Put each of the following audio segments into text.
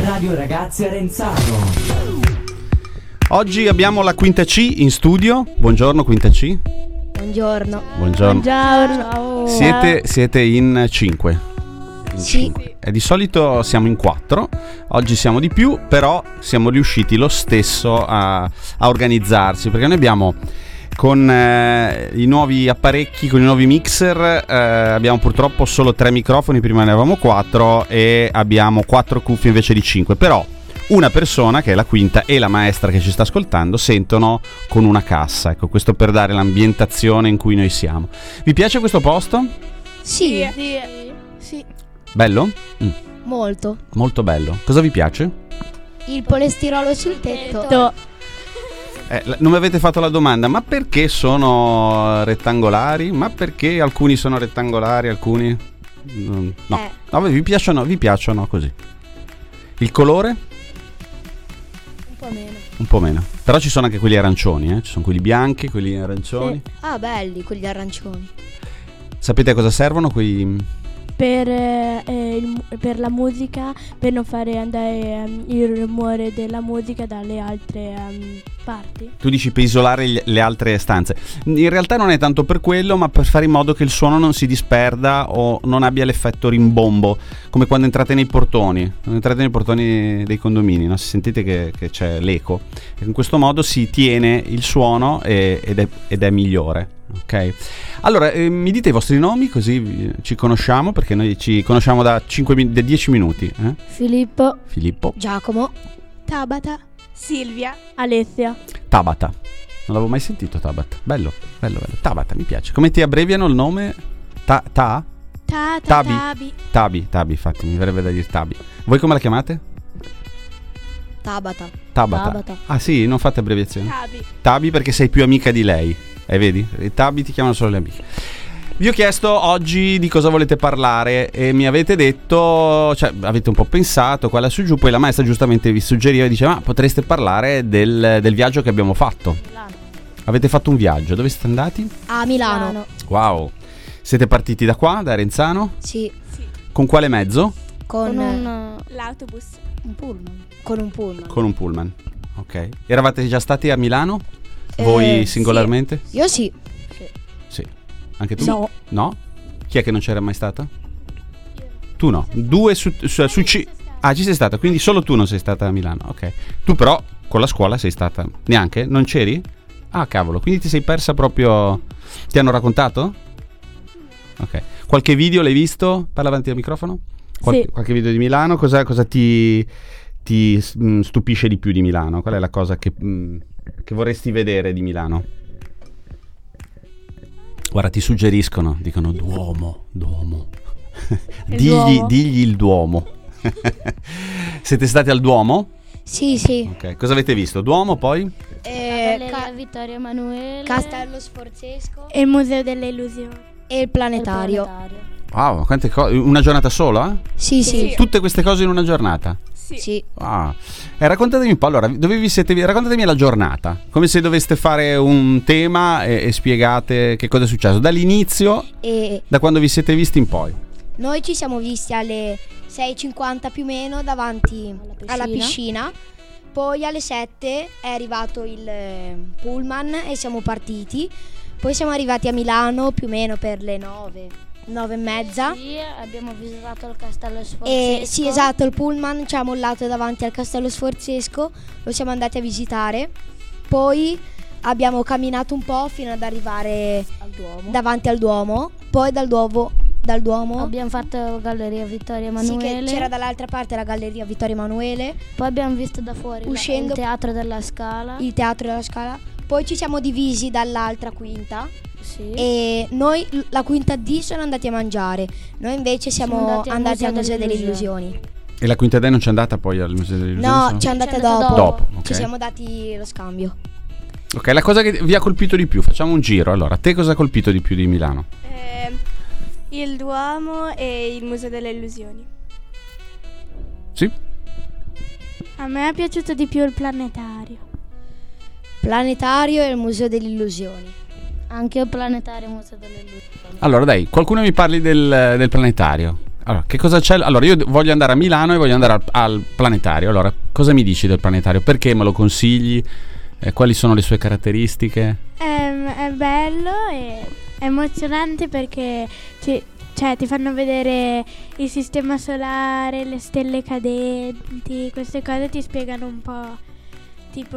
Radio Ragazzi Arenzano. Oggi abbiamo la Quinta C in studio. Buongiorno Quinta C. Buongiorno. Buongiorno. Ciao. Siete in 5? Sì. E di solito siamo in 4. Oggi siamo di più, però siamo riusciti lo stesso a organizzarsi, perché noi abbiamo con i nuovi apparecchi, con i nuovi mixer, abbiamo purtroppo solo 3 microfoni, prima ne avevamo 4 e abbiamo 4 cuffie invece di 5, però una persona, che è la Quinta, e la maestra che ci sta ascoltando sentono con una cassa. Ecco, questo per dare l'ambientazione in cui noi siamo. Vi piace questo posto? Sì. Bello? Molto. Molto bello. Cosa vi piace? Il polistirolo sul tetto. Non mi avete fatto la domanda, ma perché sono rettangolari? Ma perché alcuni sono rettangolari, alcuni no. No, vi piacciono così. Il colore? Un po' meno. Però ci sono anche quelli arancioni, ci sono quelli bianchi, quelli arancioni. Sì. Ah, belli quelli arancioni. Sapete a cosa servono quei? Per la musica, per non fare andare il rumore della musica dalle altre parti. Tu dici per isolare le altre stanze. In realtà non è tanto per quello, ma per fare in modo che il suono non si disperda o non abbia l'effetto rimbombo, come quando entrate nei portoni dei condomini, no? Se sentite che c'è l'eco. In questo modo si tiene il suono ed è migliore. Ok, allora mi dite i vostri nomi così ci conosciamo, perché noi ci conosciamo da 10 minuti. Filippo, Giacomo, Tabata, Silvia, Alessia. Tabata, non l'avevo mai sentito. Tabata, bello. Tabata, mi piace. Come ti abbreviano il nome? Tabi, infatti mi verrebbe da dire Tabi. Voi come la chiamate? Tabata. Ah sì, non fate abbreviazioni. Tabi perché sei più amica di lei. Vedi? I Tabi ti chiamano solo le amiche. Vi ho chiesto oggi di cosa volete parlare e mi avete detto, cioè avete un po' pensato qua su giù, poi la maestra giustamente vi suggeriva e diceva: ma potreste parlare del viaggio che abbiamo fatto. Milano. Avete fatto un viaggio, dove siete andati? A Milano. Wow. Siete partiti da qua, da Arenzano? Sì. Con quale mezzo? Con l'autobus. un pullman. Con un pullman. Ok. Eravate già stati a Milano? Voi singolarmente? Sì. Io sì. Sì. Anche tu? No. No? Chi è che non c'era mai stata? Tu no. 2 su Ah, ci sei stata, quindi solo tu non sei stata a Milano. Ok. Tu però con la scuola sei stata. Neanche? Non c'eri? Ah, cavolo, quindi ti sei persa proprio. Ti hanno raccontato? Ok. Qualche video l'hai visto? Parla avanti al microfono. Sì. Qualche video di Milano? Cosa ti stupisce di più di Milano? Qual è la cosa che vorresti vedere di Milano? Guarda, ti suggeriscono, dicono Duomo. Digli il Duomo. Siete stati al Duomo? Sì. Ok, cosa avete visto? Duomo, poi? Galleria Vittorio Emanuele, Castello Sforzesco E il Museo delle Illusioni. e il planetario. Wow, quante cose. Una giornata sola? Sì. Tutte queste cose in una giornata? Sì. Ah. Raccontatemi un po', allora, dove vi siete? Raccontatemi la giornata, come se doveste fare un tema e spiegate che cosa è successo dall'inizio, da quando vi siete visti in poi. Noi ci siamo visti alle 6:50 più o meno davanti alla piscina. Poi alle 7 è arrivato il pullman e siamo partiti. Poi siamo arrivati a Milano più o meno per le 9:30. Sì, abbiamo visitato il Castello Sforzesco. Sì, esatto, il pullman ci ha mollato davanti al Castello Sforzesco, lo siamo andati a visitare. Poi abbiamo camminato un po' fino ad arrivare davanti al Duomo. Poi dal Duomo Abbiamo fatto Galleria Vittorio Emanuele. Sì, che c'era dall'altra parte la Galleria Vittorio Emanuele. Poi abbiamo visto da fuori Uscendo, il Teatro della Scala. Il Teatro della Scala. Poi ci siamo divisi dall'altra quinta. Sì. E noi, la quinta D, sono andati a mangiare. Noi invece siamo andati al Museo delle Illusioni. E la quinta D non c'è andata poi al Museo delle Illusioni? No, ci è andata dopo. Okay. Ci siamo dati lo scambio. Ok, la cosa che vi ha colpito di più, facciamo un giro. Allora, a te cosa ha colpito di più di Milano? Il Duomo e il Museo delle Illusioni. Sì? A me è piaciuto di più il planetario. Planetario e il Museo delle Illusioni. Anche il planetario e il Museo delle Illusioni. Allora dai, qualcuno mi parli del planetario. Allora, che cosa c'è? Allora, io voglio andare a Milano e voglio andare al planetario. Allora, cosa mi dici del planetario? Perché me lo consigli? Quali sono le sue caratteristiche? È bello e emozionante perché ti fanno vedere il sistema solare, le stelle cadenti, queste cose ti spiegano un po', tipo...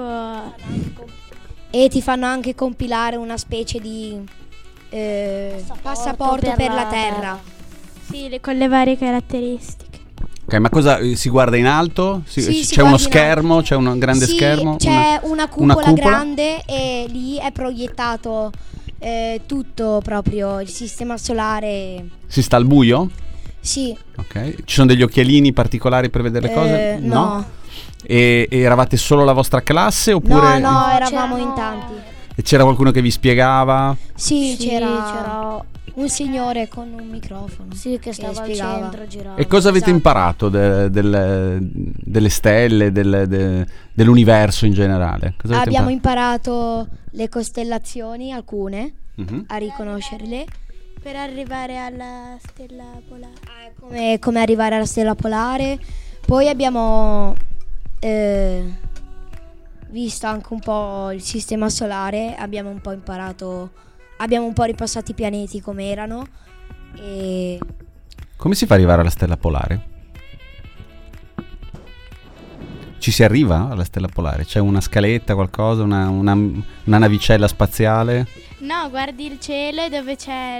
E ti fanno anche compilare una specie di passaporto per la Terra. Sì, con le varie caratteristiche. Ok, ma cosa si guarda in alto? Sì, c'è uno schermo? C'è un grande schermo? C'è una cupola grande e lì è proiettato tutto proprio il sistema solare. Si sta al buio? Sì. Ok. Ci sono degli occhialini particolari per vedere le cose? No. E eravate solo la vostra classe oppure? No, eravamo in tanti. E c'era qualcuno che vi spiegava? Sì, c'era un signore con un microfono. Sì, che stava al centro, girava. E cosa avete imparato delle stelle, dell'universo in generale? Cosa Abbiamo imparato le costellazioni, alcune, a riconoscerle. Per arrivare alla stella polare. Come arrivare alla stella polare. Poi abbiamo visto anche un po' il sistema solare, abbiamo un po' imparato, abbiamo un po' ripassato i pianeti come erano. E come si fa ad arrivare alla stella polare? Ci si arriva alla stella polare? C'è una scaletta, qualcosa, una navicella spaziale? No, guardi il cielo dove c'è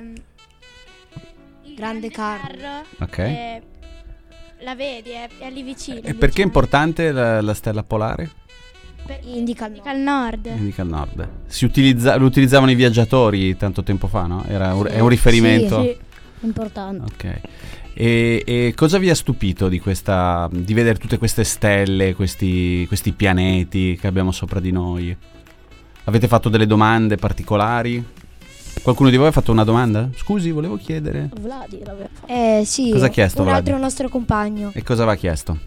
il grande carro. Ok. La vedi, è lì vicino. E perché è importante la stella polare? Indica il nord. Indica il nord. Lo utilizzavano i viaggiatori tanto tempo fa, no? È un riferimento. Sì. Importante. Ok. E cosa vi ha stupito di vedere tutte queste stelle, questi pianeti che abbiamo sopra di noi? Avete fatto delle domande particolari? Qualcuno di voi ha fatto una domanda? Scusi, volevo chiedere. Vladi l'aveva fatto. Sì. Cosa ha chiesto un Vladi? altro nostro compagno. E cosa aveva chiesto?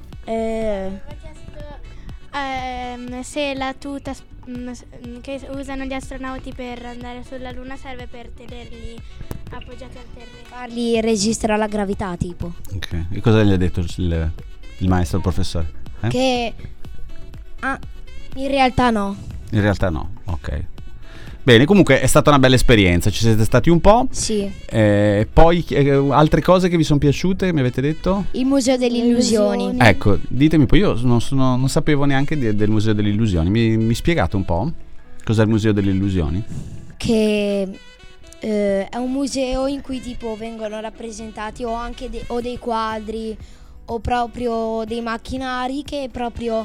Se la tuta che usano gli astronauti per andare sulla Luna serve per tenerli appoggiati al terreno. Farli resistere alla gravità, tipo. Ok. E cosa gli ha detto il maestro, il professore? Che in realtà no. In realtà no, ok. Bene, comunque è stata una bella esperienza, ci siete stati un po'. Sì. Poi altre cose che vi sono piaciute, mi avete detto? Il Museo delle Illusioni. Ecco, ditemi poi, io non sapevo neanche del Museo delle Illusioni. Mi spiegate un po'? Cos'è il Museo delle Illusioni? Che è un museo in cui tipo vengono rappresentati o anche dei quadri o proprio dei macchinari che proprio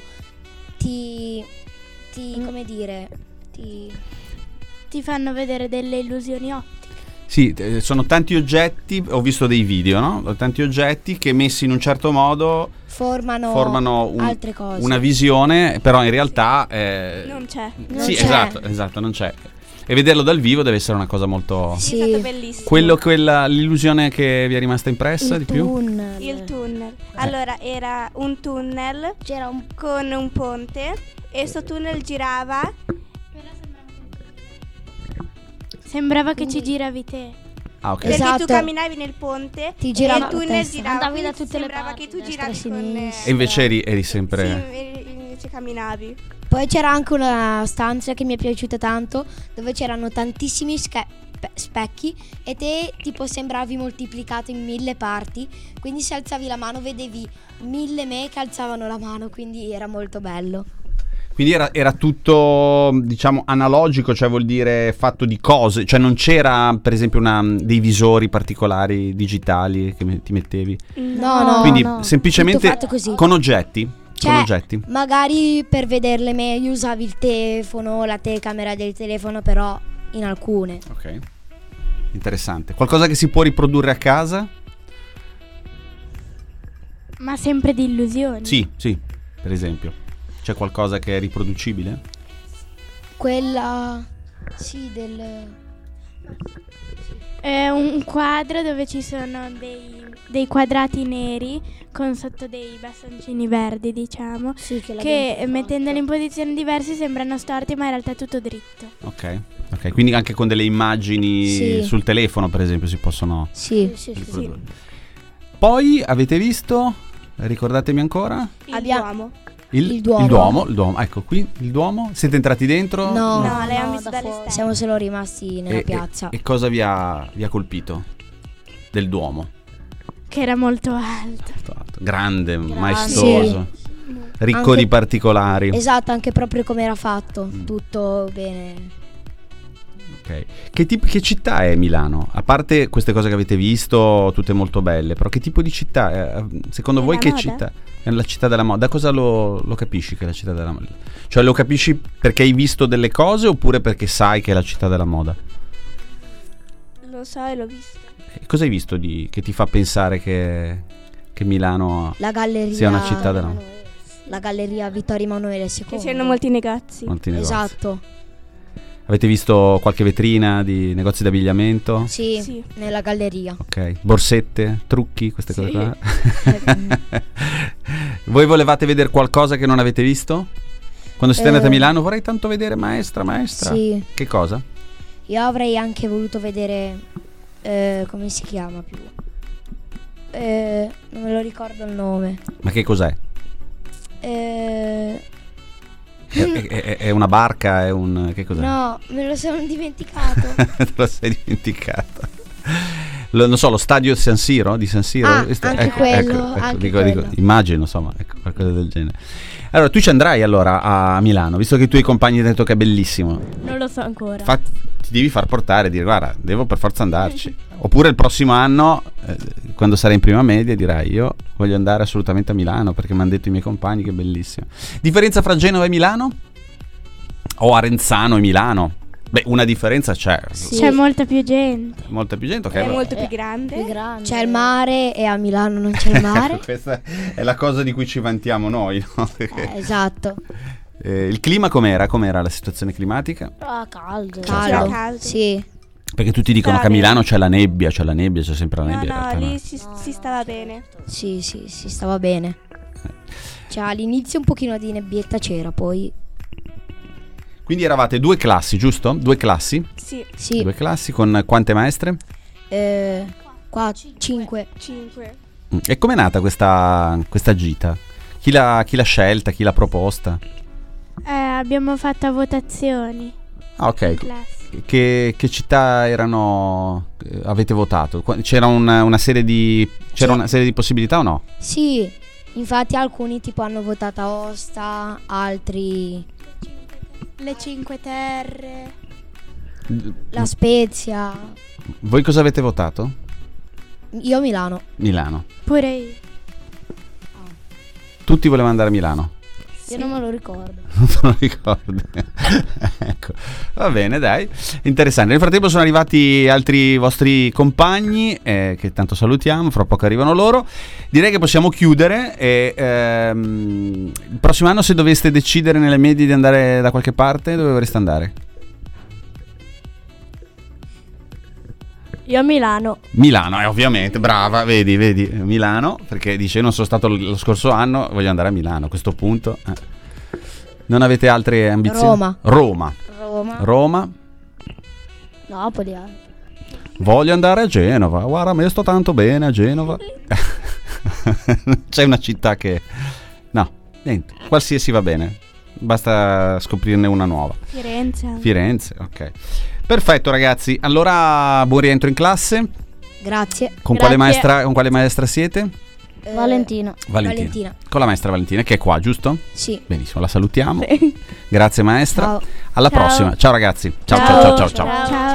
come dire, ti fanno vedere delle illusioni ottiche. Sì, sono tanti oggetti, ho visto dei video, no? Tanti oggetti che messi in un certo modo formano altre cose. Una visione, però in realtà non c'è. Sì, esatto, non c'è. E vederlo dal vivo deve essere una cosa molto... Sì, è stato bellissimo. L'illusione che vi è rimasta impressa di più? Il tunnel. Allora, era un tunnel con un ponte e questo tunnel girava. Sembrava che ci giravi te. Ah, ok. Esatto. Perché tu camminavi nel ponte Ti girava e la il tunnel testa. girava, Andavi quindi da tutte le sembrava parti, che tu destra, giravi con sinistra. E invece eri sempre... Sì, invece camminavi. Poi c'era anche una stanza che mi è piaciuta tanto, dove c'erano tantissimi specchi e te tipo sembravi moltiplicato in 1000 parti, quindi se alzavi la mano vedevi 1000 me che alzavano la mano, quindi era molto bello. Quindi era tutto, diciamo, analogico, cioè vuol dire fatto di cose, cioè non c'era per esempio dei visori particolari digitali che ti mettevi? No. Quindi no. semplicemente Tutto fatto così. con oggetti? Cioè, con oggetti? magari per vederle meglio usavi il telefono, la telecamera del telefono, però in alcune. Ok, interessante. Qualcosa che si può riprodurre a casa? Ma sempre di illusioni. Sì, per esempio. C'è qualcosa che è riproducibile? Quella... sì, È un quadro dove ci sono dei quadrati neri con sotto dei bastoncini verdi, diciamo, Sì, che mettendoli in posizioni diverse sembrano storti, ma in realtà è tutto dritto. Ok, quindi anche con delle immagini Sì. sul telefono, per esempio, si possono Sì. riprodurre. Poi avete visto, ricordatemi ancora? Il Duomo. Il Duomo, ecco qui il Duomo. Siete entrati dentro? No, l'abbiamo visto dalle stelle. siamo solo rimasti nella piazza. E cosa vi ha colpito del Duomo? Che era molto alto. Grande, maestoso, ricco di particolari. Esatto, anche proprio come era fatto, tutto bene. Ok. Che città è Milano? A parte queste cose che avete visto, tutte molto belle, però che tipo di città è? Secondo voi che città? È la città della moda. Da cosa lo capisci che è la città della moda? Cioè lo capisci perché hai visto delle cose oppure perché sai che è la città della moda? Lo so e l'ho visto. Cosa hai visto che ti fa pensare che Milano La galleria, sia una città della moda? La galleria Vittorio Emanuele II. Che c'erano molti negozi. Molti negozi. Esatto. Avete visto qualche vetrina di negozi d'abbigliamento? Sì, nella galleria. Ok. Borsette, trucchi, queste Sì. cose qua? Voi volevate vedere qualcosa che non avete visto? Quando siete andati a Milano vorrei tanto vedere maestra. Sì. Che cosa? Io avrei anche voluto vedere come si chiama più? Non me lo ricordo il nome. Ma che cos'è? È una barca? È un... che cos'è? No, me lo sono dimenticato. Te lo sei dimenticato. Non so, lo stadio San Siro, di San Siro? Anche quello, anche quello. Immagino, insomma, ecco, qualcosa del genere. Allora, tu ci andrai allora a Milano, visto che i tuoi compagni hanno detto che è bellissimo. Non lo so ancora. Ti devi far portare e dire guarda, devo per forza andarci. Oppure il prossimo anno, quando sarai in prima media, dirai io voglio andare assolutamente a Milano perché mi hanno detto i miei compagni che è bellissimo. Differenza fra Genova e Milano? O Arenzano e Milano? Beh, una differenza c'è. Sì. C'è molta più gente. Molta più gente, ok. È molto più grande. C'è il mare e a Milano non c'è il mare. Questa è la cosa di cui ci vantiamo noi, no? Esatto. Il clima com'era? Com'era la situazione climatica? Caldo. Caldo. Sì. Perché tutti dicono che a Milano c'è la nebbia, c'è sempre la nebbia. in realtà lì si stava bene. Sì, si stava bene. Cioè all'inizio un pochino di nebbietta c'era, poi... Quindi eravate 2 classi, giusto? 2 classi? Sì. 2 classi con quante maestre? 5. E com'è nata questa gita? Chi l'ha scelta? Chi l'ha proposta? Abbiamo fatto votazioni. Ah, ok. In classe. Che città erano? Avete votato? C'era una serie di una serie di possibilità o no? Sì, infatti alcuni tipo hanno votato Aosta, altri Le Cinque Terre. La Spezia. Voi cosa avete votato? Io Milano. Milano. Pure io. Tutti volevano andare a Milano. Io non me lo ricordo. Non te lo ricordi? Ecco, va bene, dai, interessante. Nel frattempo sono arrivati altri vostri compagni che tanto salutiamo, fra poco arrivano loro. Direi che possiamo chiudere e il prossimo anno, se doveste decidere nelle medie di andare da qualche parte, dove vorreste andare? Io a Milano. Milano, ovviamente, brava, vedi, Milano, perché dice io non sono stato lo scorso anno, voglio andare a Milano a questo punto. Non avete altre ambizioni? Roma. Napoli anche. Voglio andare a Genova, guarda, me sto tanto bene a Genova. C'è una città che... No, niente, qualsiasi va bene, basta scoprirne una nuova. Firenze, ok. Perfetto ragazzi, allora buon rientro in classe. Grazie. Con quale maestra siete? Valentina. Con la maestra Valentina che è qua, giusto? Sì. Benissimo, la salutiamo. Grazie maestra. Ciao. Alla prossima. Ciao ragazzi. Ciao. Ciao.